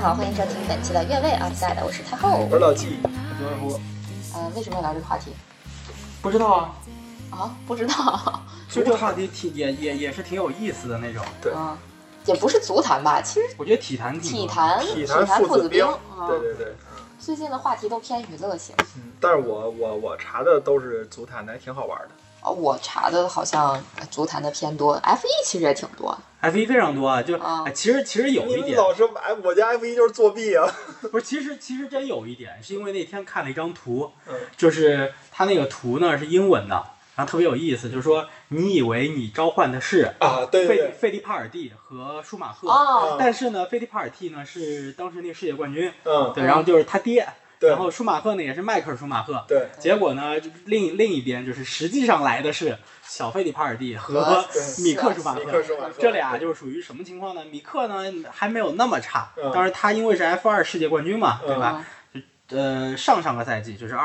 好，欢迎收听本期的越位啊，带的我是太后， 我是老纪，我是二胡。 为什么要聊这个话题？ 不知道啊。 啊，不知道。 其实这个话题也是挺有意思的那种。对。 也不是足坛吧，其实我觉得体坛体坛父子兵。 对对对。 最近的话题都偏娱乐性。 但是我查的都是足坛的，还挺好玩的。 我查的好像足坛的偏多 ，F1 其实也挺多。 F1 非常多啊，就其实有一点。 你老说我家 F1 就是作弊啊！ 不是，其实真有一点，是因为那天看了一张图，就是他那个图呢是英文的，然后特别有意思，就是说你以为你召唤的是费利帕尔蒂和舒马赫，但是呢，费利帕尔蒂呢是当时那个世界冠军，对，然后就是他爹。然后舒马赫呢也是迈克尔舒马赫， 对， 结果呢另一边就是实际上来的是小费利帕尔蒂和米克舒马赫，这俩就是属于什么情况呢？米克呢还没有那么差，当然他因为是 F2 世界冠军嘛，对吧？上个赛季就是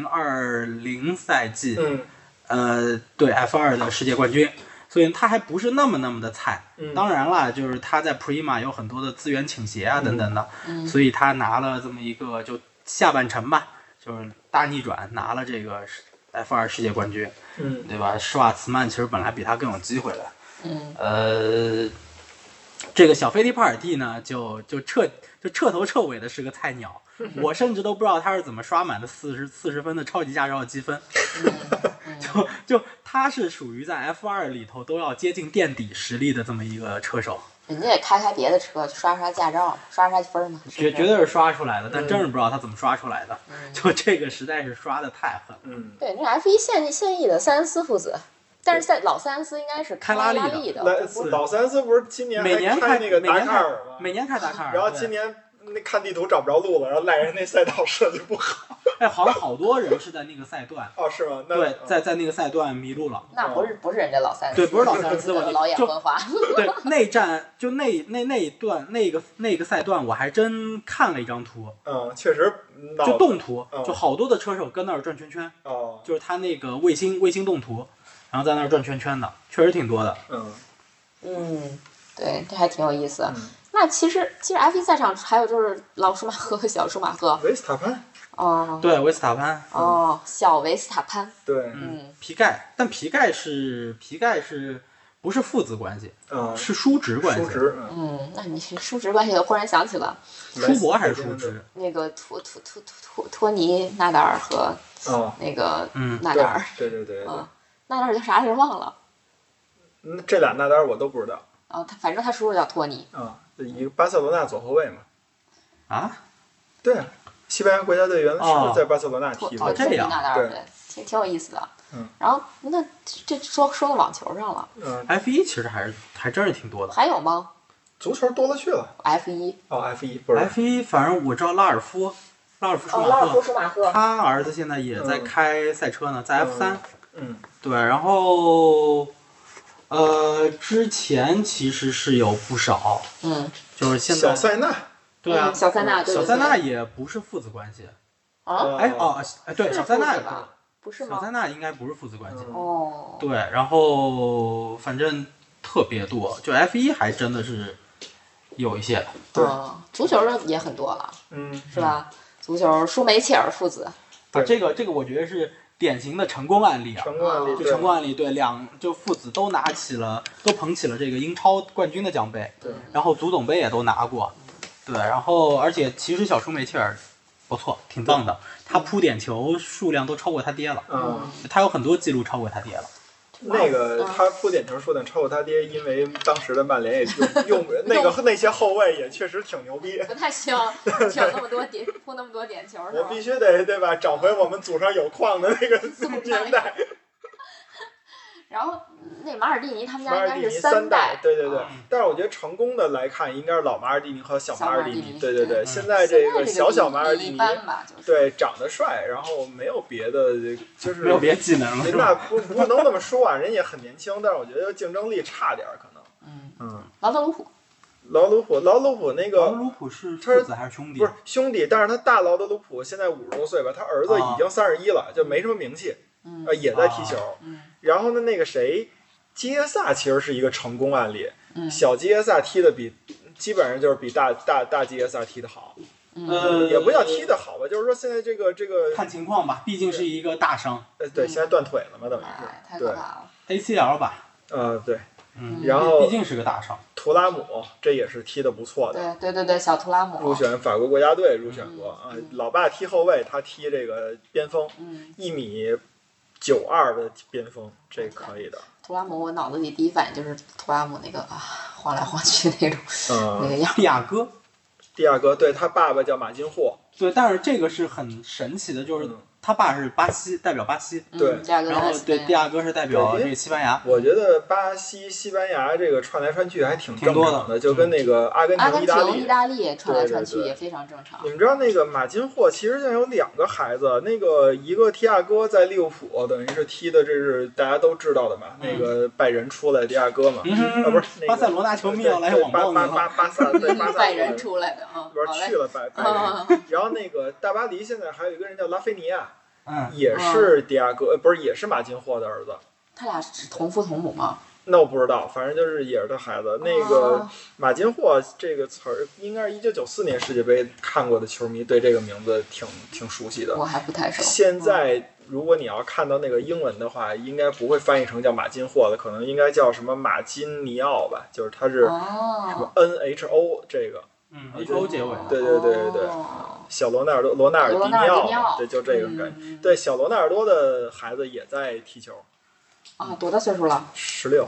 2020赛季，对 F2 的世界冠军，所以他还不是那么的菜。当然了，就是他在 Prima 有很多的资源倾斜啊等等的，所以他拿了这么一个就。下半程吧，就是大逆转拿了这个 F2 世界冠军，对吧？施瓦茨曼其实本来比他更有机会的，这个小费利帕尔蒂呢，就彻头彻尾的是个菜鸟，我甚至都不知道他是怎么刷满的40分的超级驾照积分，就他是属于在 F2 里头都要接近垫底实力的这么一个车手。 人家也开别的车，刷驾照，刷分嘛， 绝对是刷出来的，但真是不知道他怎么刷出来的，就这个实在是刷的太狠了。 对，那 F1 现役的塞恩斯父子，但是老塞恩斯应该是开拉力的。 老塞恩斯不是今年每年开那个达喀尔吗？ 每年开达喀尔， 然后今年那看地图找不着路了，然后赖人那赛道设计不好。 好像好多人是在那个赛段。 是吗？ 对，在那个赛段迷路了。 那不是人家老塞恩斯。 对，不是老塞恩斯，我老眼昏花。 对，内战就那一段那个赛段，我还真看了一张图。 确实。 就动图，就好多的车手跟那儿转圈圈。就是他那个卫星动图，然后在那儿转圈圈的，确实挺多的。 对，这还挺有意思的。那其实 F1 赛场还有就是老舒马赫和小舒马赫， 维斯塔潘。 对，维斯塔潘。 小维斯塔潘。 对， 皮盖，但皮盖是不是父子关系？是叔侄关系。 叔侄。 那你是叔侄关系，我忽然想起了。 叔伯还是叔侄？ 那个托尼纳达尔和那个纳达尔。 对。 纳达尔叫啥人忘了。 这俩纳达尔我都不知道。 反正他叔叔叫托尼。 一个巴塞罗那左后卫嘛。对，西班牙国家队原来是在巴塞罗那踢的。 这样。 对，挺有意思的。然后那这说到网球上了。 F1 其实还真是挺多的。 还有吗？ 足球多了去了。 F1。 F1 不是。 F1，反正我知道拉尔夫舒马赫，他儿子现在也在开赛车呢，在 F3。对，然后之前其实是有不少。就是现在。 小塞纳。 对啊， 小塞纳也不是父子关系。对，小塞纳也不是吗？ 小塞纳应该不是父子关系。对，然后反正特别多，就 F1 还真的是有一些。 对， 足球的也很多了。是吧？足球舒梅切尔父子。 这个我觉得是典型的成功案例啊。成功案例，对，就父子都捧起了这个英超冠军的奖杯。 对， 然后足总杯也都拿过。对，然后而且其实小舒梅切尔不错，挺棒的。他扑点球数量都超过他爹了。他有很多记录超过他爹了。 那个他扑点球数量超过他爹，因为当时的曼联也用那些后卫也确实挺牛逼。 不太需要抢那么多扑那么多点球。 我必须得对吧？找回我们祖上有矿的那个年代。 然后那马尔蒂尼他们家应该是 3 代， 对。但是我觉得成功的来看，应该是老马尔蒂尼和小马尔蒂尼。对。现在这个小马尔蒂尼，对，长得帅，然后没有别的，就是没有别技能了。 那不能那么说啊，人也很年轻，但是我觉得竞争力差点可能。 劳德鲁普那个。 劳德鲁普是父子还是兄弟？ 不是兄弟，但是他大劳德鲁普现在50多岁吧，他儿子已经31了，就没什么名气。也在踢球。然后呢，那个谁，基耶萨其实是一个成功案例。小基耶萨踢的比基本上就是比大 GSR 踢得好。也不叫踢得好吧，就是说现在这个看情况吧，毕竟是一个大伤。 对，现在断腿了嘛，等于是。 太可怕了。 ACL 吧。 对。然后毕竟是个大伤。 图拉姆这也是踢得不错的。 对，小图拉姆。 入选法国国家队入选过啊，老爸踢后卫，他踢这个边锋，1.92米的边锋，这可以的。 图拉姆，我脑子里第一反应就是图拉姆那个晃来晃去那种，那个样。 蒂亚戈， 对，他爸爸叫马金霍。 对，但是这个是很神奇的，就是他爸是代表巴西， 对， 然后对蒂亚戈是代表这个西班牙。 我觉得巴西、西班牙这个串来串去还挺正常的， 就跟那个阿根廷、 意大利串来串去也非常正常。 你们知道那个马金霍其实现在有2个孩子，那个一个蒂亚戈在利物浦，等于是踢的，这是大家都知道的嘛，那个拜仁出来的蒂亚戈嘛，不是巴塞罗那球迷要来网暴你了。 巴萨拜仁出来的不是去了拜仁，然后那个大巴黎现在还有一个人叫拉菲尼亚。也是蒂亚戈，不是，也是马金霍的儿子。 他俩是同父同母吗？ 那我不知道，反正就是也是他孩子。那个马金霍这个词儿，应该是1994年世界杯看过的球迷对这个名字挺熟悉的。 我还不太熟。 现在如果你要看到那个英文的话，应该不会翻译成叫马金霍的，可能应该叫什么马金尼奥吧，就是他是什么 NHO 这个。 HO 结尾。 对，小罗纳尔迪尼奥，对，就这个感觉。对，小罗纳尔多的孩子也在踢球。 多大岁数了 ？16。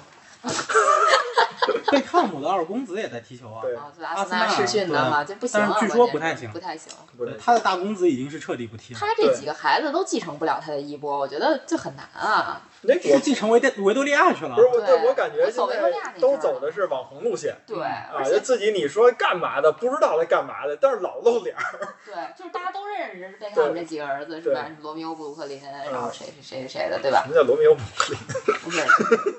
贝克姆的二公子也在踢球啊。 对， 阿森纳试训的嘛，这不行。 但是据说不太行。他的大公子已经是彻底不踢了。 他这几个孩子都继承不了他的衣钵，我觉得就很难啊。 是继承维多利亚去了。 不是，我感觉现在都走的是网红路线。 对， 就自己你说干嘛的，不知道他干嘛的，但是老露脸。 对，就是大家都认识贝克姆这几个儿子是吧？罗密欧布鲁克林，然后谁的，对吧？ 什么叫罗密欧布鲁克林？ 不是，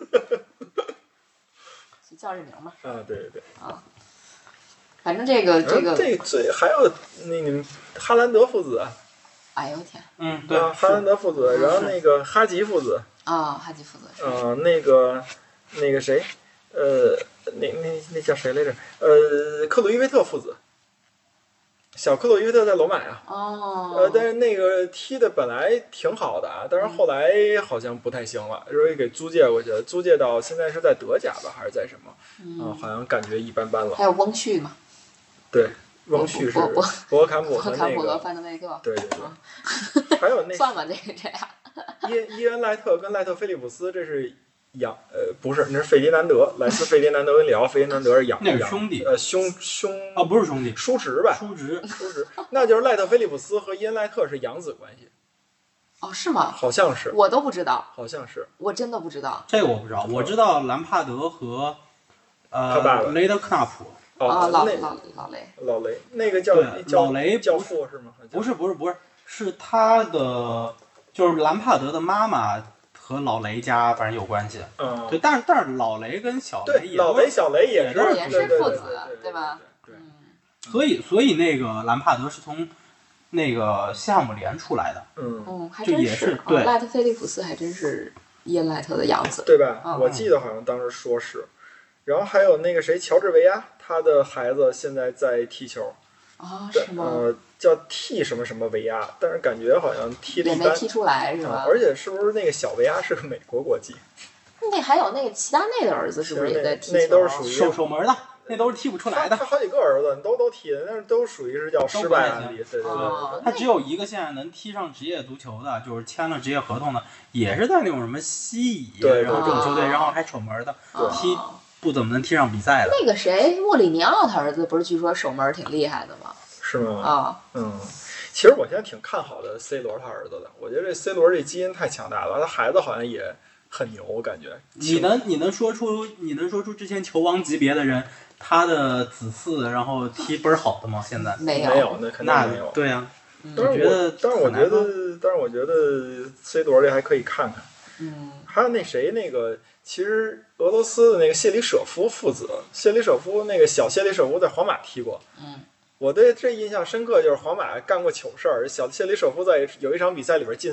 叫这名嘛。 对。 反正这个最还有那个哈兰德父子。 哎呦天！ 对， 哈兰德父子，然后那个哈吉父子。 哈吉父子。 那个谁，那叫谁来着？克鲁伊维特父子。小克鲁伊维特在罗马啊。但是那个踢的本来挺好的啊，但是后来好像不太行了，所以给租借过去了，租借到现在是在德甲吧，还是在什么？好像感觉一般般了。 还有翁旭嘛？ 对。翁旭是博坎普和那个范德内克。 对，还有那算吧，这样。 伊恩赖特跟赖特菲利普斯，这是不是，那是费迪南德，莱斯费迪南德跟里奥费迪南德是那是兄弟， 兄不是兄弟， 叔侄吧？ 叔侄， 那就是赖特菲利普斯和伊恩赖特是养子关系。 是吗？ 好像是， 我都不知道。 好像是， 我真的不知道。 这个我不知道，我知道兰帕德和他爸爸雷德克纳普。 老雷， 那个叫老雷教父是吗？ 不是，是他的，就是兰帕德的妈妈和老雷家反正有关系。对，但是老雷跟小雷也老雷小雷也是父子，对吧？ 对。 所以那个兰帕德是从那个西汉姆联出来的。 还真是。对， 赖特菲利普斯还真是伊恩赖特的养子， 对吧？我记得好像当时说是。然后还有那个谁，乔治维亚，他的孩子现在在踢球。 是吗？ 叫 T 什么什么维亚，但是感觉好像踢的一般， 也没踢出来是吧？ 而且是不是那个小维亚是个美国国籍？ 那还有那个齐达内的儿子是不是也在踢球？ 那都是属于守门的，那都是踢不出来的。 他好几个儿子都踢的，但是都属于是叫失败案例。对。 他只有一个现在能踢上职业足球的，就是签了职业合同的，也是在那种什么西乙，然后这种球队，然后还守门的，踢不怎么能踢上比赛的。 那个谁，莫里尼奥他儿子不是据说守门挺厉害的吗？ 是吗？其实我现在挺看好的 C 罗他儿子的，我觉得这 C 罗这基因太强大了，他孩子好像也很牛，我感觉。 你能说出之前球王级别的人，他的子嗣然后踢倍儿好的吗？现在没有，那肯定没有。 对呀， 但是我觉得 C 罗这还可以看看。还有那谁那个。其实俄罗斯的那个谢里舍夫父子，那个小谢里舍夫在皇马踢过。我对这印象深刻，就是皇马干过糗事儿。小谢里舍夫在有一场比赛里边禁赛，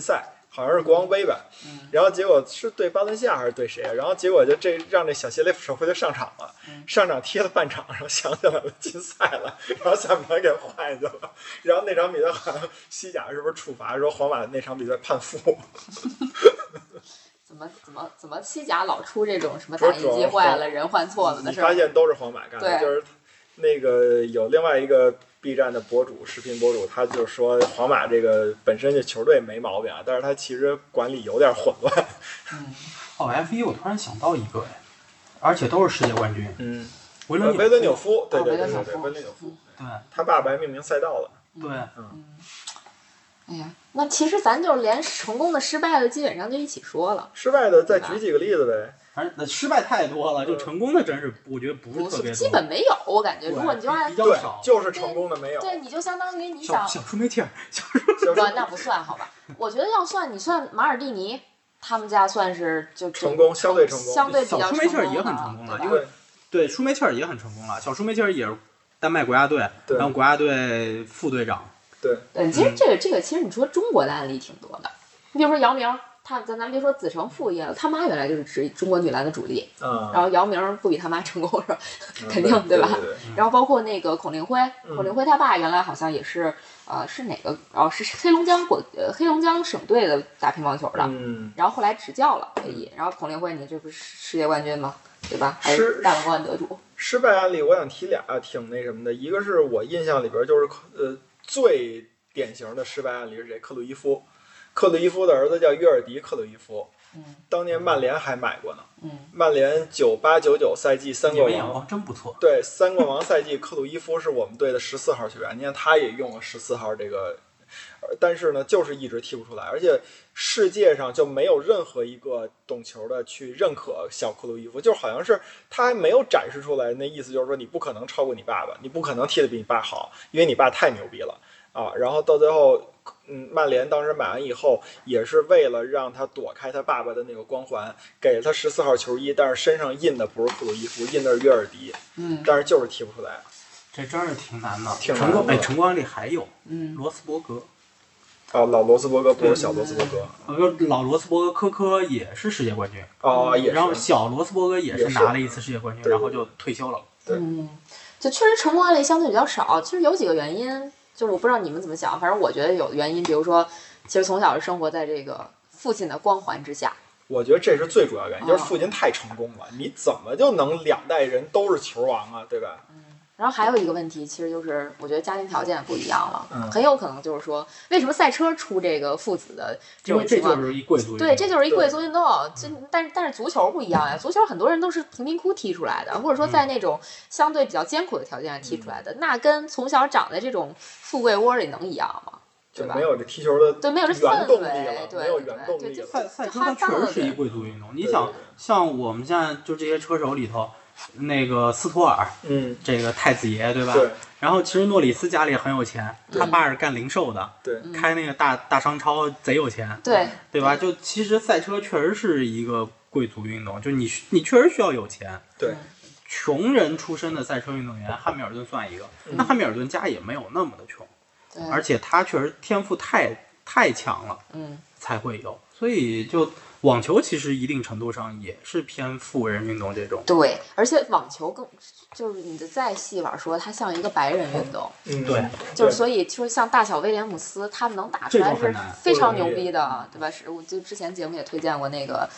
好像是国王杯吧，然后结果是对巴伦西亚还是对谁啊？然后结果就让这小谢雷夫手回就上场了，上场踢了半场，然后想起来了禁赛了，然后下场给换下去了，然后那场比赛好像西甲是不是处罚说皇马那场比赛判负？ 怎么西甲老出这种什么打印机坏了人换错了的事儿？ 发现都是皇马干的，就是那个有另外一个 B 站的视频博主，他就说皇马这个本身这球队没毛病啊，但是他其实管理有点混乱。 F1我突然想到一个而且都是世界冠军。维伦纽夫，对，维伦纽夫， 对， 他爸爸还命名赛道了。 对， 哎呀，那其实咱就连成功的、失败的，基本上就一起说了。 失败的再举几个例子呗。 反正失败太多了，就成功的真是我觉得不是特别多， 基本没有。我感觉，如果你就按比较少， 就是成功的没有。 对，你就相当于你想小舒梅切尔， 那不算好吧？我觉得要算，你算马尔蒂尼，他们家算是就成功，相对成功， 相对比较成功。 小舒梅切尔也很成功了，因为对舒梅切尔也很成功了。小舒梅切尔也是丹麦国家队，然后国家队副队长。 对，其实这个其实你说中国的案例挺多的，你比如说姚明，咱别说子承父业了，他妈原来就是中国女篮的主力，然后姚明不比他妈成功是吧？肯定对吧？然后包括那个孔令辉，他爸原来好像也是是哪个？是黑龙江省队的打乒乓球的，然后后来执教了退役，然后孔令辉你这不是世界冠军吗？对吧？还是大满贯得主。 失败案例我想提俩，挺那什么的，一个是我印象里边就是最典型的失败案例是谁？克鲁伊夫的儿子叫约尔迪·克鲁伊夫，当年曼联还买过呢。曼联98-99赛季三冠王， 真不错。 对，三冠王赛季，克鲁伊夫是我们队的14号球员，你看他也用了14号这个，但是呢，就是一直踢不出来，而且世界上就没有任何一个懂球的去认可小克鲁伊夫，就好像是他还没有展示出来，那意思就是说你不可能超过你爸爸，你不可能踢得比你爸好，因为你爸太牛逼了啊。然后到最后，曼联当时买完以后，也是为了让他躲开他爸爸的那个光环，给了他14号球衣，但是身上印的不是克鲁伊夫，印的是约尔迪，但是就是踢不出来。 这真是挺难的，成功案例还有，罗斯伯格。 老罗斯伯格不是小罗斯伯格， 老罗斯伯格科科也是世界冠军也是， 然后小罗斯伯格也是拿了一次世界冠军，然后就退休了。 就确实成功案例相对比较少。其实有几个原因，就是我不知道你们怎么想，反正我觉得有原因，比如说，其实从小是生活在这个父亲的光环之下。 我觉得这是最主要原因，就是父亲太成功了，你怎么就能2代人都是球王啊，对吧？ 然后还有一个问题，其实就是我觉得家庭条件不一样了，很有可能就是说，为什么赛车出这个父子的这种情况？ 这就是一贵族运动。 对，这就是一贵族运动。但是足球不一样呀，足球很多人都是贫民窟踢出来的，或者说在那种相对比较艰苦的条件下踢出来的，那跟从小长在这种富贵窝里能一样吗？ 就没有这踢球的对，没有这原动力了， 没有原动力了。 赛车它确实是一贵族运动。你想，像我们现在就这些车手里头。那个斯托尔，这个太子爷对吧？ 对。 然后其实诺里斯家里很有钱，他爸是干零售的， 对， 开那个大商超贼有钱，对吧？就其实赛车确实是一个贵族运动，就你确实需要有钱。 对。 穷人出身的赛车运动员，汉密尔顿算一个，那汉密尔顿家也没有那么的穷，而且他确实天赋太强了，才会有，所以就。网球其实一定程度上也是偏富人运动这种。 对，而且网球就是你的再细玩说，它像一个白人运动。 对。 就是所以就是像大小威廉姆斯，他们能打出来是非常牛逼的，对吧？我就之前节目也推荐过那个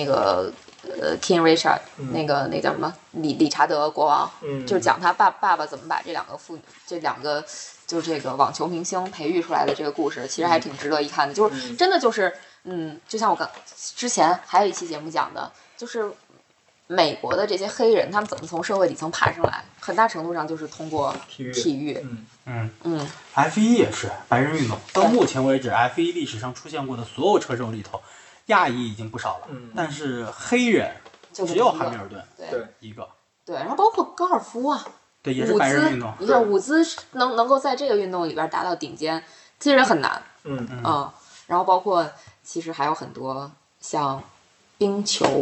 King Richard，那叫什么理查德国王，就是讲他爸爸怎么把这两个就是这个网球明星培育出来的这个故事，其实还挺值得一看的。就是真的就是。就像我之前还有一期节目讲的，就是美国的这些黑人，他们怎么从社会底层爬上来，很大程度上就是通过体育。 F1 也是白人运动，到目前为止 F1 历史上出现过的所有车手里头，亚裔已经不少了，但是黑人只有汉密尔顿一个。 对，然后包括高尔夫啊， 对，也是白人运动。 你看伍兹能够在这个运动里边达到顶尖，其实很难。然后包括。其实还有很多像冰球、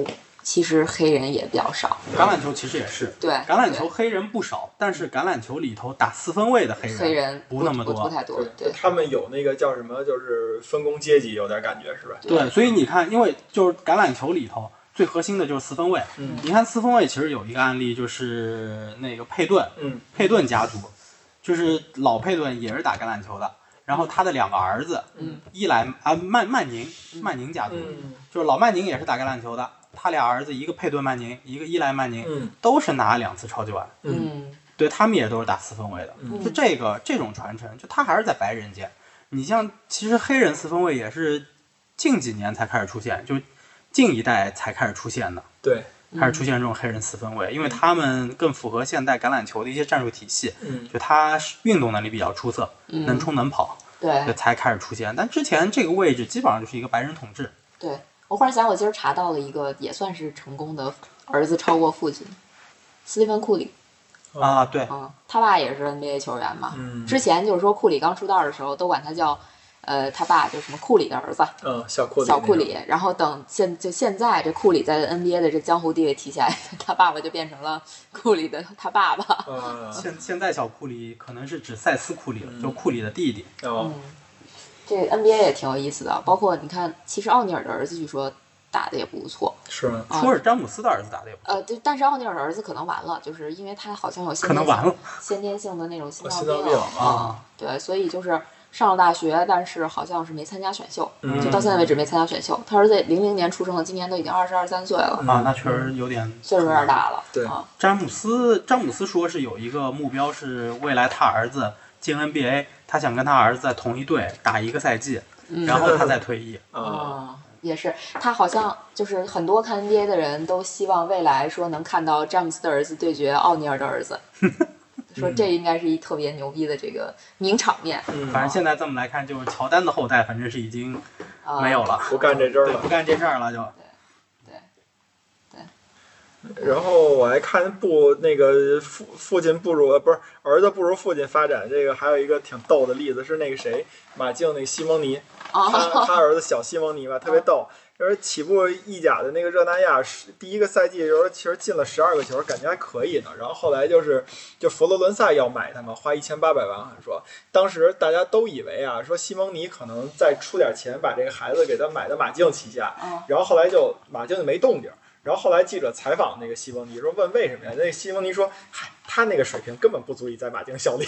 其实黑人也比较少。 橄榄球其实也是， 对， 橄榄球黑人不少，但是橄榄球里头打4分卫的黑人不那么多， 不太多。对， 他们有那个叫什么，就是分工阶级，有点感觉是吧？ 对，所以你看，因为就是橄榄球里头最核心的就是4分卫。你看4分卫其实有一个案例，就是那个佩顿，佩顿家族，就是老佩顿也是打橄榄球的。然后他的2个儿子，伊莱曼宁家族，就是老曼宁也是打橄榄球的，他俩儿子一个佩顿曼宁，一个伊莱曼宁，都是拿2次超级碗，对他们也都是打4分卫的，就这种传承，就他还是在白人间。你像其实黑人4分卫也是近几年才开始出现，就近一代才开始出现的， 对。 开始出现这种黑人4分卫，因为他们更符合现代橄榄球的一些战术体系，就他运动能力比较出色，能冲能跑， 对， 才开始出现。但之前这个位置基本上就是一个白人统治。 对，我忽然想，我今儿查到了一个也算是成功的儿子超过父亲，斯蒂芬·库里。 啊，对， 他爸也是 NBA 球员嘛。之前就是说库里刚出道的时候，都管他叫。他爸就是什么库里的儿子， 小库里，然后等现在这库里在 NBA 的这江湖地位提起来，他爸爸就变成了库里的他爸爸。 现在小库里可能是指塞斯库里了，就库里的弟弟。 这个 NBA 也挺有意思的，包括你看，其实奥尼尔的儿子据说打的也不错， 是吗？ 说是詹姆斯的儿子打的也不错。 对，但是奥尼尔的儿子可能完了，就是因为他好像有先天性的那种心脏病啊，对，所以就是。上了大学，但是好像是没参加选秀，就到现在为止没参加选秀。他儿子00年出生的，今年都已经22、23岁了啊，那确实有点岁数有点大了。 对， 詹姆斯说是有一个目标，是未来他儿子进 NBA， 他想跟他儿子在同一队打1个赛季，然后他再退役。 也是，他好像就是很多看 NBA 的人都希望未来说能看到詹姆斯的儿子对决奥尼尔的儿子。说这应该是一特别牛逼的这个名场面。 反正现在这么来看，就是乔丹的后代，反正是已经没有了， 不干这事儿了， 不干这事儿了就。 对。然后我还看那个父亲不如不是儿子不如父亲发展，这个还有一个挺逗的例子是那个谁马竞那个西蒙尼，他儿子小西蒙尼吧，特别逗。就是起步意甲的那个热那亚，第1个赛季的时候其实进了12个球，感觉还可以呢。然后后来就佛罗伦萨要买他嘛，花1800万，好像说当时大家都以为说西蒙尼可能再出点钱把这个孩子给他买到马竞旗下，然后后来马竞就没动静。然后后来记者采访那个西蒙尼说问为什么呀？那个西蒙尼说嗨，他那个水平根本不足以在马竞效力。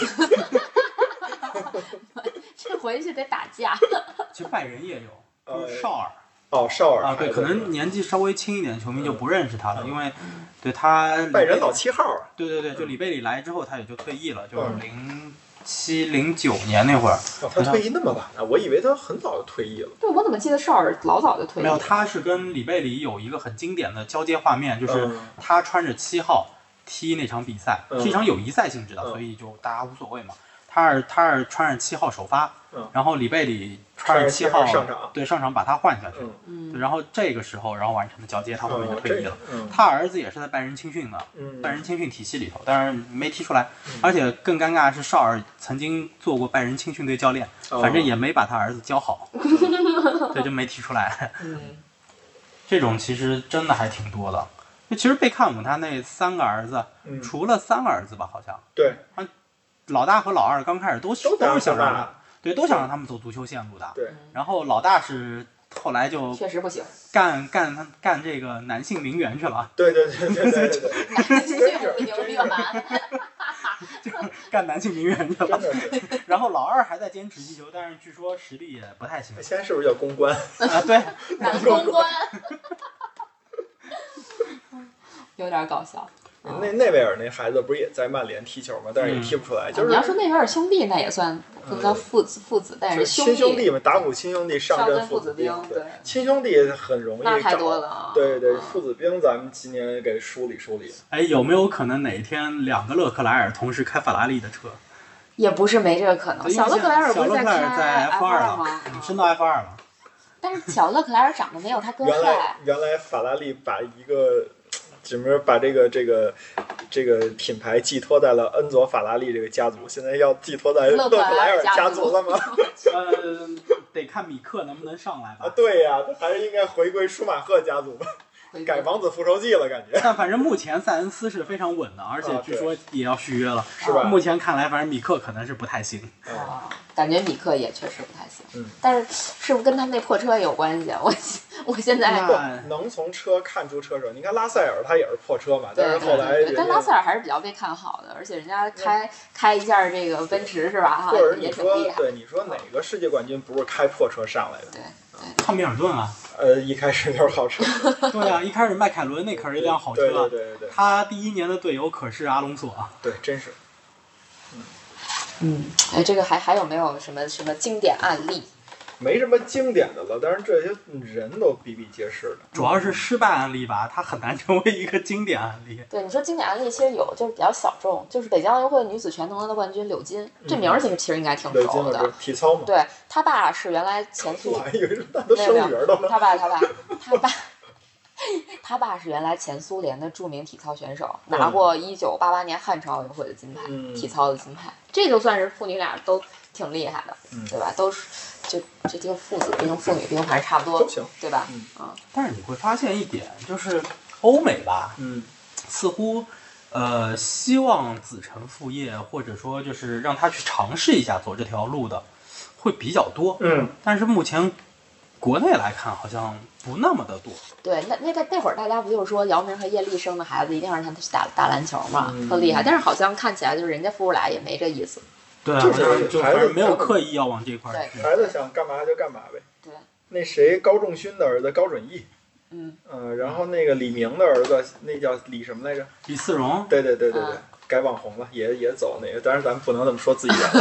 这回去得打架。 其实拜仁也有，就是绍尔。 绍尔对，可能年纪稍微轻一点，球迷就不认识他了，因为对他拜仁老7号啊。 对，就里贝里来之后，他也就退役了，就是07、09年那会儿。 他退役那么晚啊？我以为他很早就退役了。 对，我怎么记得绍尔老早就退役了？ 没有，他是跟里贝里有一个很经典的交接画面，就是他穿着7号踢那场比赛，是一场友谊赛性质的，所以就大家无所谓嘛。他是穿着7号首发，然后里贝里穿着7号上场把他换下去，然后这个时候然后完成的交接，他后面就退役了。他儿子也是在拜仁青训的，拜仁青训体系里头，但是没踢出来。而且更尴尬的是绍尔曾经做过拜仁青训队教练，反正也没把他儿子教好，对，就没踢出来。这种其实真的还挺多的。其实贝克汉姆他那3个儿子，除了3个儿子吧，好像对。 老大和老二刚开始都是想让他，都想让他们走足球线路的。 对。 然后老大是后来就确实不行， 干这个男性名媛去了。 对。 男性名媛。 就是干男性名媛去了。然后老二还在坚持踢球，但是据说实力也不太行。 现在是不是叫公关？ 对， 男公关。有点搞笑。 内维尔那孩子不是也在曼联踢球吗？但是也踢不出来。就是你要说内维尔兄弟，那也算不能叫父子，但是亲兄弟嘛，打虎亲兄弟，上阵父子兵。 对， 亲兄弟很容易找。 那太多了。 对，父子兵咱们今年给梳理梳理。 哎，有没有可能哪天2个勒克莱尔同时开法拉利的车？ 也不是没这个可能。小勒克莱尔不是在开 F2 吗？升到 F2 了。 但是小勒克莱尔长得没有他哥帅。 原来法拉利把一个。只是把这个品牌寄托在了恩佐法拉利这个家族，现在要寄托在勒克莱尔家族了吗？ 得看米克能不能上来吧。 对呀，还是应该回归舒马赫家族吧。 改王子复仇记了感觉。 但反正目前塞恩斯是非常稳的，而且据说也要续约了， 是吧？ 目前看来，反正米克可能是不太行。 感觉米克也确实不太行。但是是不是跟他们那破车也有关系啊？我现在能从车看出车手。你看拉塞尔他也是破车嘛，但是后来但拉塞尔还是比较被看好的，而且人家开一下这个奔驰是吧？ 或者你说对，你说哪个世界冠军不是开破车上来的？ 对。 汉密尔顿啊， 一开始就是好车。 对啊，一开始迈凯伦那可是一辆好车。 对。 他第1年的队友可是阿隆索。 对，真是。 哎，这个还有没有什么经典案例？ 没什么经典的了，但是这些人都比比皆是的。 主要是失败案例吧，它很难成为一个经典案例。 对，你说经典案例其实有，就是比较小众，就是北京奥运会女子全能的冠军柳金，这名儿其实应该挺熟的。 体操嘛。 对，他爸是原来前苏， 我还以为是都生女儿了。 他爸是原来前苏联的著名体操选手，拿过1988年汉城奥运会的金牌，体操的金牌。这就算是父女俩都挺厉害的，对吧？都是这就父子兵、父女兵，反正差不多， 都行， 对吧？ 但是你会发现一点，就是欧美吧，似乎希望子承父业，或者说就是让他去尝试一下走这条路的，会比较多。但是目前国内来看，好像不那么的多。 对，那会儿大家不就是说姚明和叶丽生的孩子一定让他去打篮球嘛，特厉害。但是好像看起来就是人家夫妇俩也没这意思。 对啊， 就是孩子没有刻意要往这块去。 孩子想干嘛就干嘛呗。 对。 那谁高仲勋的儿子高准翼。然后那个李明的儿子那叫李什么来着？ 李嗣荣。 对，改网红了，也走那个，当然咱们不能这么说自己人。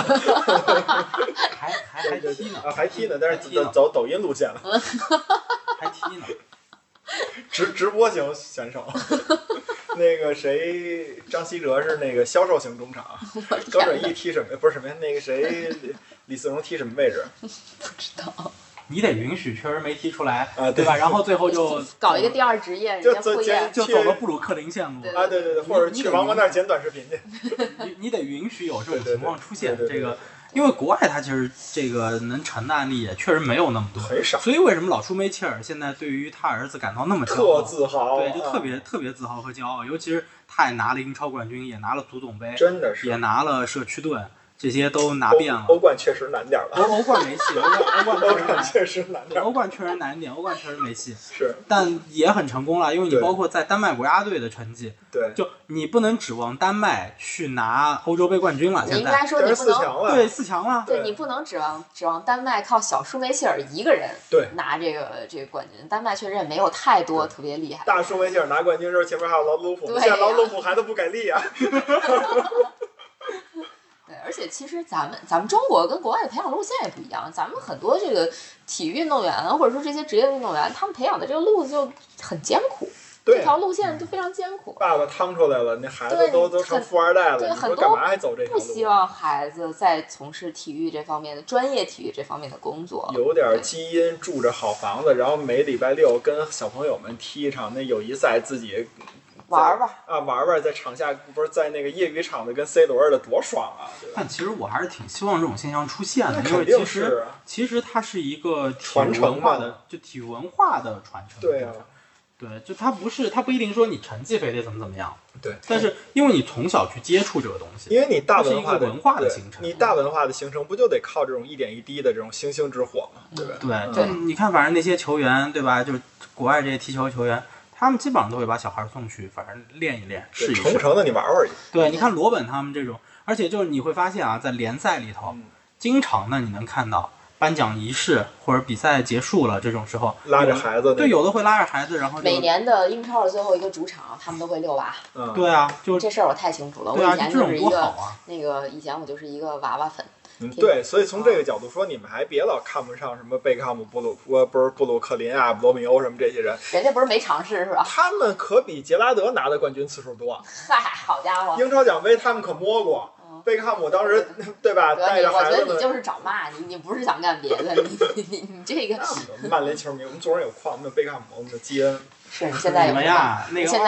还踢呢还踢呢，但是走抖音路线了。 还踢呢。 直播型选手。那个谁，张稀哲是那个销售型中场，高准翼踢什么？不是什么呀？那个谁，李嗣荣踢什么位置？ 不知道。 你得允许，确实没踢出来，对吧？然后最后就搞一个第二职业， 就走了布鲁克林线路啊！对，或者去王国那儿剪短视频去。 你得允许有这种情况出现，这个。因为国外它其实这个能成的案例也确实没有那么多， 很少。 所以为什么老舒梅切尔现在对于他儿子感到那么骄傲、 特自豪？ 对，就特别自豪和骄傲。尤其是他也拿了英超冠军，也拿了足总杯， 真的是也拿了社区盾，这些都拿遍了。 欧冠确实难点了。 欧冠没戏，欧冠确实难点。 欧冠确实难一点，欧冠确实没戏。 是， 但也很成功了，因为你包括在丹麦国家队的成绩， 对， 就你不能指望丹麦去拿欧洲杯冠军了。 你应该说你不能对4强了， 对你不能指望丹麦靠小舒梅切尔一个人拿这个冠军。丹麦确实也没有太多特别厉害。 大舒梅切尔拿冠军时候，前面还有劳鲁普，现在劳鲁普孩子不给力啊。 对，而且其实咱们中国跟国外的培养路线也不一样，咱们很多这个体育运动员或者说这些职业运动员，他们培养的这个路子就很艰苦，这条路线就非常艰苦。 爸爸趟出来了，那孩子都成富二代了， 对，很多干嘛还走这条路？ 不希望孩子在从事体育这方面的专业体育这方面的工作。 有点基因，住着好房子，然后每礼拜六跟小朋友们踢一场那友谊赛，自己。玩在场下，不是在那个业余场子跟 C 罗的多爽啊！ 但其实我还是挺希望这种现象出现的，因为其实它是一个传承化的，就体育文化的传承。 对啊， 对，就它不一定说你成绩非得怎么样， 对， 但是因为你从小去接触这个东西， 因为你大文化的形成， 你大文化的形成不就得靠这种一点一滴的这种星星之火吗？对吧？ 对，你看，反正那些球员，对吧？就国外这些踢球球员。他们基本上都会把小孩送去，反正练一练，试一试。 成不成的你玩玩去。 对，你看罗本他们这种，而且就是你会发现啊，在联赛里头，经常呢你能看到颁奖仪式或者比赛结束了这种时候， 拉着孩子。 对，有的会拉着孩子，然后每年的英超的最后一个主场，他们都会遛娃。 对啊，就这事儿我太清楚了。 对啊， 我以前就是一个那个以前我就是一个娃娃粉。 对，所以从这个角度说，你们还别老看不上什么贝克汉姆、布鲁克林啊、罗密欧什么这些人， 人家不是没尝试是吧？ 他们可比杰拉德拿的冠军次数多。 嗨，好家伙！ 英超奖杯他们可摸过。贝克汉姆当时对吧？带着孩子。 我觉得你就是找骂，你不是想干别的，你这个。 曼联球迷，我们做人有矿，我们有贝克汉姆，我们的基恩。 是你现在有什么呀？那个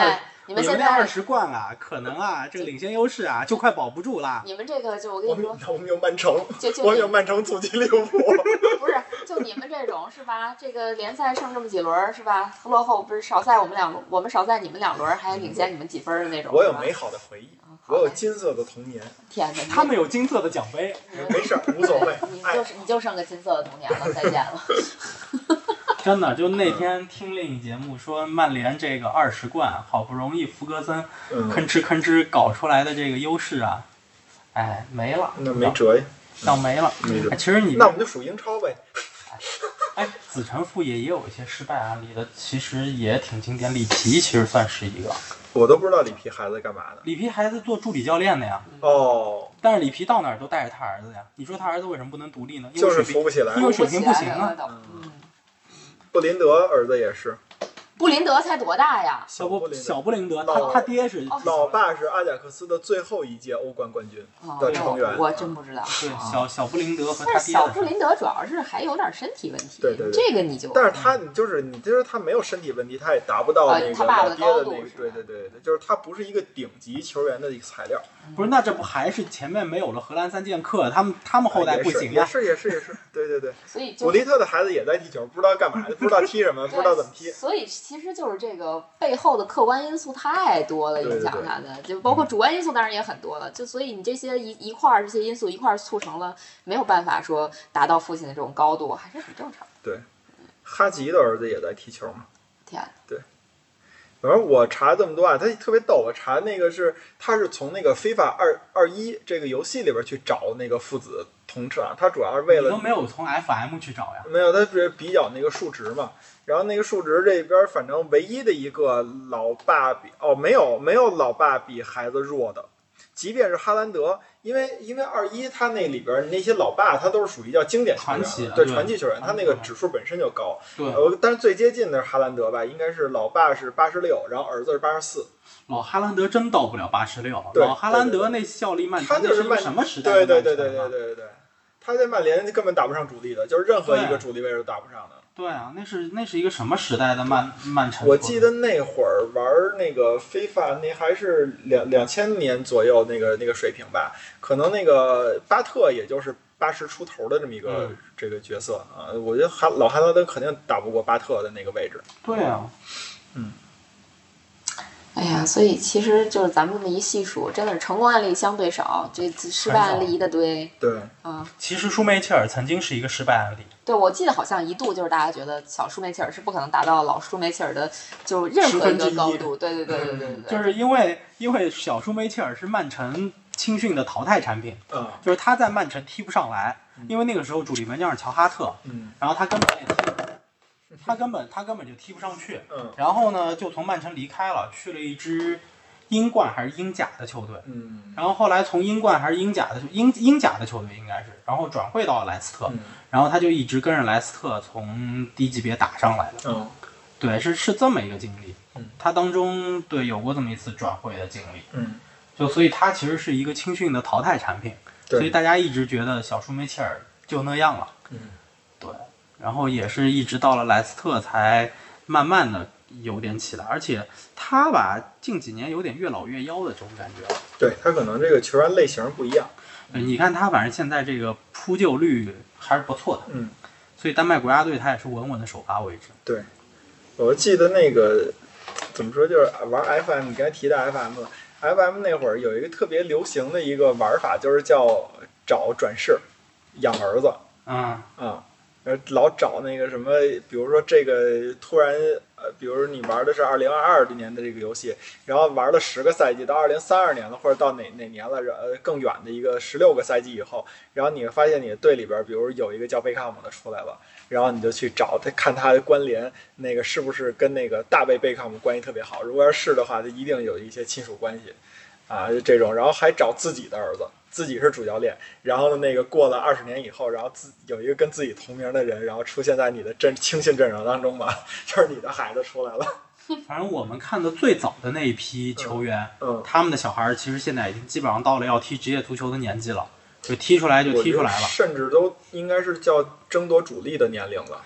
你们现在20冠啊，可能啊，这个领先优势啊，就快保不住了。 你们这个就我跟你说， 我们有曼城，我们有曼城阻击利物浦。 不是，就你们这种是吧？这个联赛剩这么几轮是吧？落后不是少赛我们少赛你们2轮，还领先你们几分的那种。 我有美好的回忆，我有金色的童年。 天哪， 他们有金色的奖杯， 没事，无所谓。 你就剩个金色的童年了，再见了。 真的，就那天听另一节目说，曼联这个20冠，好不容易福格森吭哧吭哧搞出来的这个优势啊，哎，没了， 那没辙呀， 要没了。其实那我们就属英超呗。 哎，子承父业也有一些失败案例的，其实也挺经典。里皮其实算是一个， 我都不知道里皮孩子干嘛的。 里皮孩子做助理教练的呀。 哦。 但是里皮到哪儿都带着他儿子呀。你说他儿子为什么不能独立呢？ 就是扶不起来， 因为水平不行啊。 布林德儿子也是。 布林德才多大呀？ 小布林德，他爹是老爸是阿贾克斯的最后一届欧冠冠军的成员。 我真不知道。 对，小布林德和他爹。 但是小布林德主要是还有点身体问题。 对对对， 这个你就。 但是他你就是他没有身体问题，他也达不到那个老爹的那个。对对对对，就是他不是一个顶级球员的一个材料。 不是，那这不还是前面没有了荷兰3剑客，他们后代不行呀。 也是，对对对。 所以古利特的孩子也在踢球，不知道干嘛，不知道踢什么，不知道怎么踢。 所以其实就是这个背后的客观因素太多了，影响他的，就包括主观因素当然也很多了。就所以你这些一块儿这些因素一块儿促成了没有办法说达到父亲的这种高度，还是很正常。 对，哈吉的儿子也在踢球嘛。 天。 对。反正我查这么多啊，他特别逗。我查那个他是从那个FIFA 21这个游戏里边去找那个父子同场，他主要是为了。 你都没有从 FM 去找呀？ 没有，他是比较那个数值嘛。然后那个数值这边，反正唯一的一个老爸没有老爸比孩子弱的，即便是哈兰德，因为21他那里边那些老爸他都是属于叫经典球员，对传奇球员，他那个指数本身就高。 对， 但是最接近的是哈兰德吧，应该是老爸是86，然后儿子是84。 老哈兰德真到不了86，老哈兰德那效力曼城， 他就是什么时代的？对，他在曼联根本打不上主力的，就是任何一个主力位置都打不上的。 对啊，那是一个什么时代的曼城？ 我记得那会儿玩那个FIFA，那还是2000年左右那个水平吧，可能那个巴特也就是80出头的这么一个这个角色啊。我觉得老哈兰德肯定打不过巴特的那个位置。 对啊， 哎呀，所以其实就是咱们这么一细数，真的是成功案例相对少，这失败案例一大堆。 对， 其实舒梅切尔曾经是一个失败案例。 对，我记得好像一度就是大家觉得小舒梅切尔是不可能达到老舒梅切尔的就任何一个高度。对。 就是因为小舒梅切尔是曼城青训的淘汰产品，就是他在曼城踢不上来，因为那个时候主力门将是乔哈特，然后他根本就踢不上去，然后呢就从曼城离开了，去了一支英冠还是英甲的球队，然后后来从英冠还是英甲的英甲的球队应该是，然后转会到莱斯特，然后他就一直跟着莱斯特从低级别打上来的，对，是这么一个经历，他当中对有过这么一次转会的经历，就所以他其实是一个青训的淘汰产品，所以大家一直觉得小舒梅切尔就那样了，对。然后也是一直到了莱斯特才慢慢的有点起来，而且他吧近几年有点越老越妖的这种感觉。 对，他可能这个球员类型不一样。 你看他反正现在这个扑救率还是不错的，所以丹麦国家队他也是稳稳的首发位置。 对，我记得那个怎么说，就是玩 FM， 你刚才提的 FM 那会儿有一个特别流行的一个玩法，就是叫找转世养儿子。老找那个什么，比如说这个突然比如你玩的是2022年的这个游戏，然后玩了10个赛季，到2032年了，或者到哪年了，更远的一个16个赛季以后，然后你会发现你的队里边，比如有一个叫贝克汉姆的出来了，然后你就去找他，看他的关联，那个是不是跟那个大贝克汉姆关系特别好？如果要是的话，他一定有一些亲属关系啊，这种，然后还找自己的儿子。自己是主教练，然后那个过了20年以后，然后有一个跟自己同名的人，然后出现在你的青训阵容当中吧，就是你的孩子出来了。 反正我们看的最早的那一批球员，他们的小孩其实现在已经基本上到了要踢职业足球的年纪了，就踢出来就踢出来了， 甚至都应该是叫争夺主力的年龄了。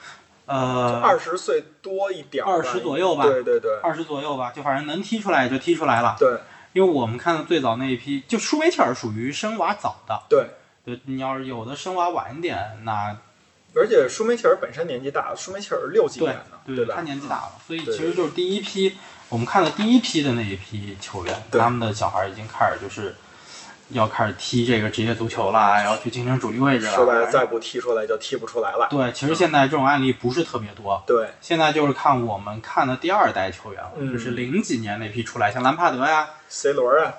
20岁多一点 ，20左右吧， 对对对 ，20左右吧，就反正能踢出来也就踢出来了。 对， 因为我们看的最早那一批，就舒梅切尔属于生娃早的。 对， 你要是有的生娃晚一点，那而且舒梅切尔本身年纪大，舒梅切尔60几年的， 对吧？ 他年纪大了，所以其实就是第一批，我们看的第一批的那一批球员，他们的小孩已经开始就是要开始踢这个职业足球了，要去竞争主力位置了。 说白了，再不踢出来就踢不出来了。 对，其实现在这种案例不是特别多。 对， 现在就是看我们看的第2代球员了，就是00几年那批出来，像兰帕德呀、 C 罗啊。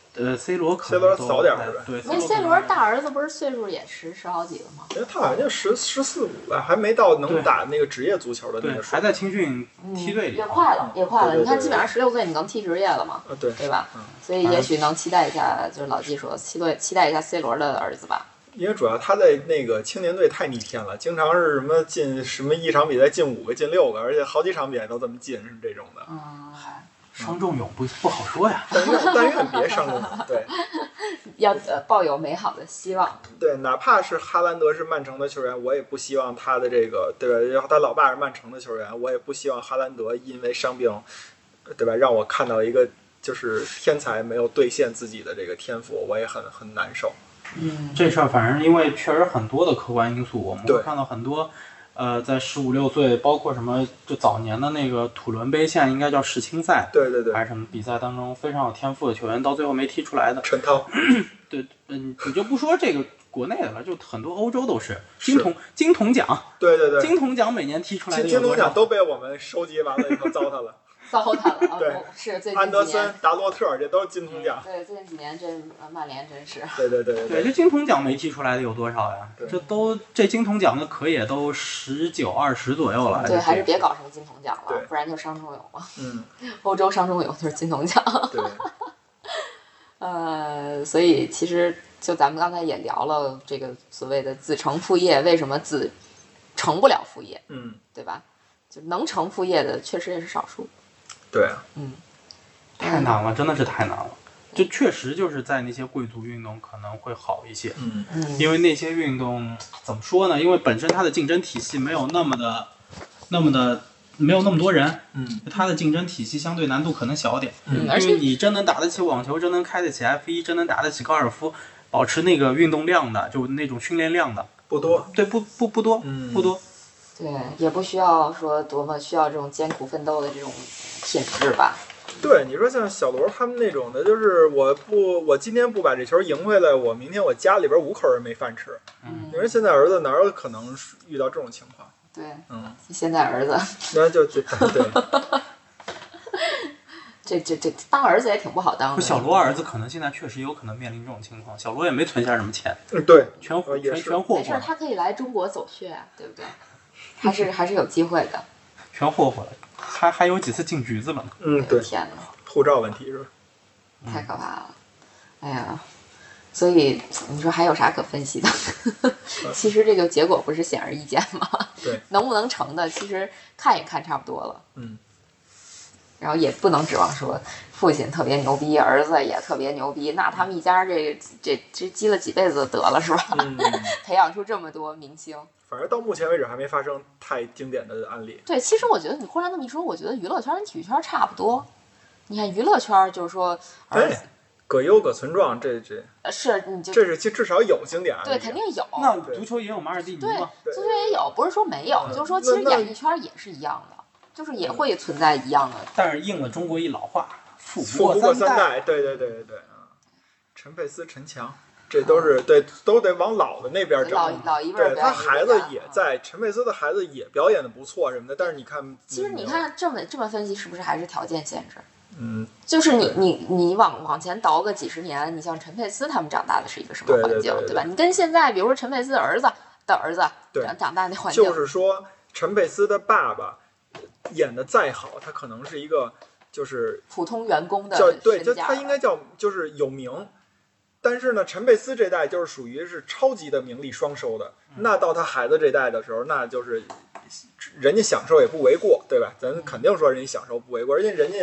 C 罗可能早点是吧？ 对， 那 C 罗大儿子不是岁数也十好几了吗？ 因为他好像就14、15吧，还没到能打那个职业足球的那个。 还在青训梯队里。 也快了，也快了。你看，基本上16岁你能踢职业了嘛？对吧？所以也许能期待一下，就是老季说，期待一下 C 罗的儿子吧。 因为主要他在那个青年队太逆天了，经常是什么一场比赛进5个、进6个，而且好几场比赛都这么进，是这种的。 伤仲永不好说呀， 但愿别伤仲永。对， 要抱有美好的希望。 对，哪怕是哈兰德是曼城的球员，我也不希望他的这个，对吧？他老爸是曼城的球员，我也不希望哈兰德因为伤病，对吧？让我看到一个就是天才没有兑现自己的这个天赋，我也很难受。 这事儿反正因为确实很多的客观因素，我们会看到很多。在15、16岁，包括什么，就早年的那个土伦杯，现在应该叫世青赛， 对对对， 还是什么比赛当中非常有天赋的球员，到最后没踢出来的。 陈涛， 对，你就不说这个国内的了，就很多欧洲都是金童奖， 对对对， 金童奖每年踢出来的金童奖都被我们收集完了以后糟蹋了。 糟蹋了， 对， 是最近安德森、达洛特，这都是金童奖。 对，最近几年这曼联真是。 对， 这金童奖没踢出来的有多少呀？这金童奖的可也都19、20左右了。 对，还是别搞什么金童奖了，不然就伤仲永嘛。欧洲伤仲永就是金童奖。 对。 所以其实就咱们刚才也聊了这个所谓的子承父业，为什么子成不了父业？对吧？就能成父业的确实也是少数。 对， 太难了，真的是太难了。就确实就是在那些贵族运动可能会好一些，因为那些运动怎么说呢？因为本身它的竞争体系没有那么的，没有那么多人，它的竞争体系相对难度可能小点，因为你真能打得起网球，真能开得起 F1，真能打得起高尔夫，保持那个运动量的，就那种训练量的不多， 对，不多，不多。 对，也不需要说多么需要这种艰苦奋斗的这种品质吧。 对，你说像小罗他们那种的，就是我今天不把这球赢回来，我明天我家里边5口人没饭吃。你说现在儿子哪有可能遇到这种情况？ 对，现在儿子那就对。 这当儿子也挺不好当的。 小罗儿子可能现在确实有可能面临这种情况，小罗也没存下什么钱， 对， 全霍霍。 没事，他可以来中国走穴，对不对？还是有机会的。 全霍霍了，还有几次进局子了呢。 对。 天哪， 护照问题是吧？ 太可怕了，哎呀，所以你说还有啥可分析的？其实这个结果不是显而易见吗？ 对， 能不能成的，其实看也看差不多了。然后也不能指望说父亲特别牛逼，儿子也特别牛逼，那他们一家这积了几辈子得了是吧？培养出这么多明星， 反正到目前为止还没发生太经典的案例。 对，其实我觉得你忽然这么一说，我觉得娱乐圈跟体育圈差不多。你看娱乐圈就是说， 各优各存状，这是你就这是至少有经典案例。 对，肯定有。 那足球也有马尔蒂尼吗？ 对，足球也有，不是说没有，就是说其实演艺圈也是一样的。就是也会存在一样的， 但是应了中国一老话，富不过三代。对陈佩斯、陈强，这都是都得往老的那边整。 老一辈儿， 对他孩子也在，陈佩斯的孩子也表演的不错什么的。但是你看， 其实你看这么分析，是不是还是条件限制？就是你往前倒个几十年，你像陈佩斯他们长大的是一个什么环境，对吧？你跟现在比如说陈佩斯儿子长大那环境， 就是说陈佩斯的爸爸演的再好，他可能是一个就是普通员工的对，就他应该叫就是有名，但是呢，陈佩斯这代就是属于是超级的名利双收的。那到他孩子这代的时候，那就是人家享受也不为过，对吧？咱肯定说人家享受不为过，而且人家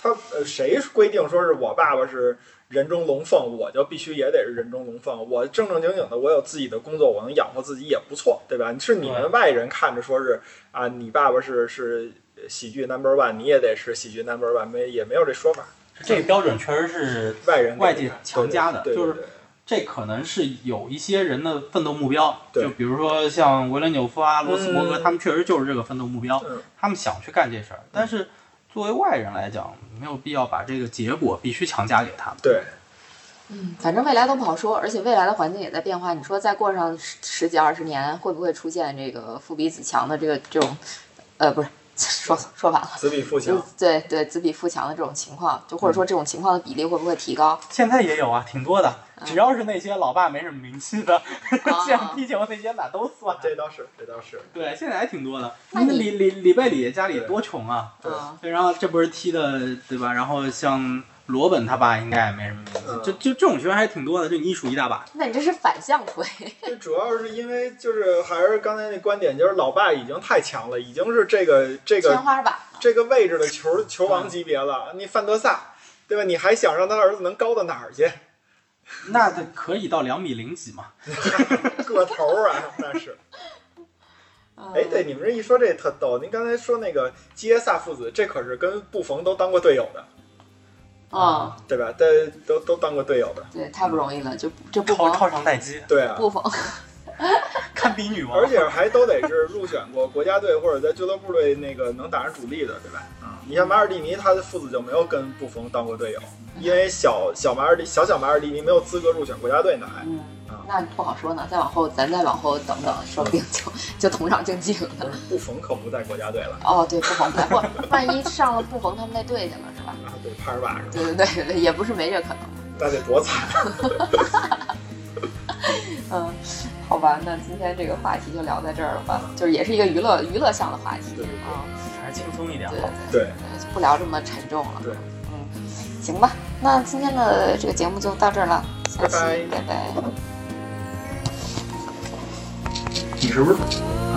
他谁规定说是我爸爸是人中龙凤，我就必须也得是人中龙凤？我正正经经的，我有自己的工作，我能养活自己也不错，对吧？是你们外人看着说是啊，你爸爸是喜剧 No.1， 你也得是喜剧 No.1， 也没有这说法。 这个标准确实是外界强加的，就是这可能是有一些人的奋斗目标，就比如说像维伦纽夫啊、罗斯伯格，他们确实就是这个奋斗目标，他们想去干这事儿。但是作为外人来讲，没有必要把这个结果必须强加给他们。 对， 反正未来都不好说，而且未来的环境也在变化。你说再过上10几20年，会不会出现这个父比子强的这种，不是？说反了， 子比父强， 对，子比父强的这种情况，就或者说这种情况的比例会不会提高？ 现在也有啊，挺多的，只要是那些老爸没什么名气的，像踢球那些哪都算。 这倒是。 对，现在还挺多的。那里贝里家里多穷啊，对，然后这不是踢的对吧？然后像罗本他爸应该也没什么名气，就这种学员还挺多的，就你数一大把。 那你这是反向推。 这主要是因为就是还是刚才那观点，就是老爸已经太强了，已经是这个天花板这个位置的球王级别了。你范德萨，对吧？你还想让他儿子能高到哪儿去？ 那可以到2.0米几嘛？ 个头啊，那是。哎，对，你们这一说这特逗。您刚才说那个基耶萨父子，这可是跟布冯都当过队友的。对吧？都当过队友的， 对，太不容易了，就这布冯靠上待机， 对啊， 布冯堪比女王， 而且还都得是入选过国家队或者在俱乐部队那个能打上主力的，对吧？你像马尔蒂尼，他的父子就没有跟布冯当过队友，因为小马尔蒂尼没有资格入选国家队呢，还。 那不好说呢，咱再往后等等，说不定就同场竞技了。 布冯可不在国家队了。 哦，对，布冯不，万一上了布冯他们那队去了，是吧？ 对，帕尔马是吧？ 对，也不是没这可能。 那得多惨。 好吧，那今天这个话题就聊在这儿了吧？就是也是一个娱乐向的话题还是轻松一点好。 对， 不聊这么沉重了。 对， 行吧，那今天的这个节目就到这儿了，下期拜拜。 你是不是？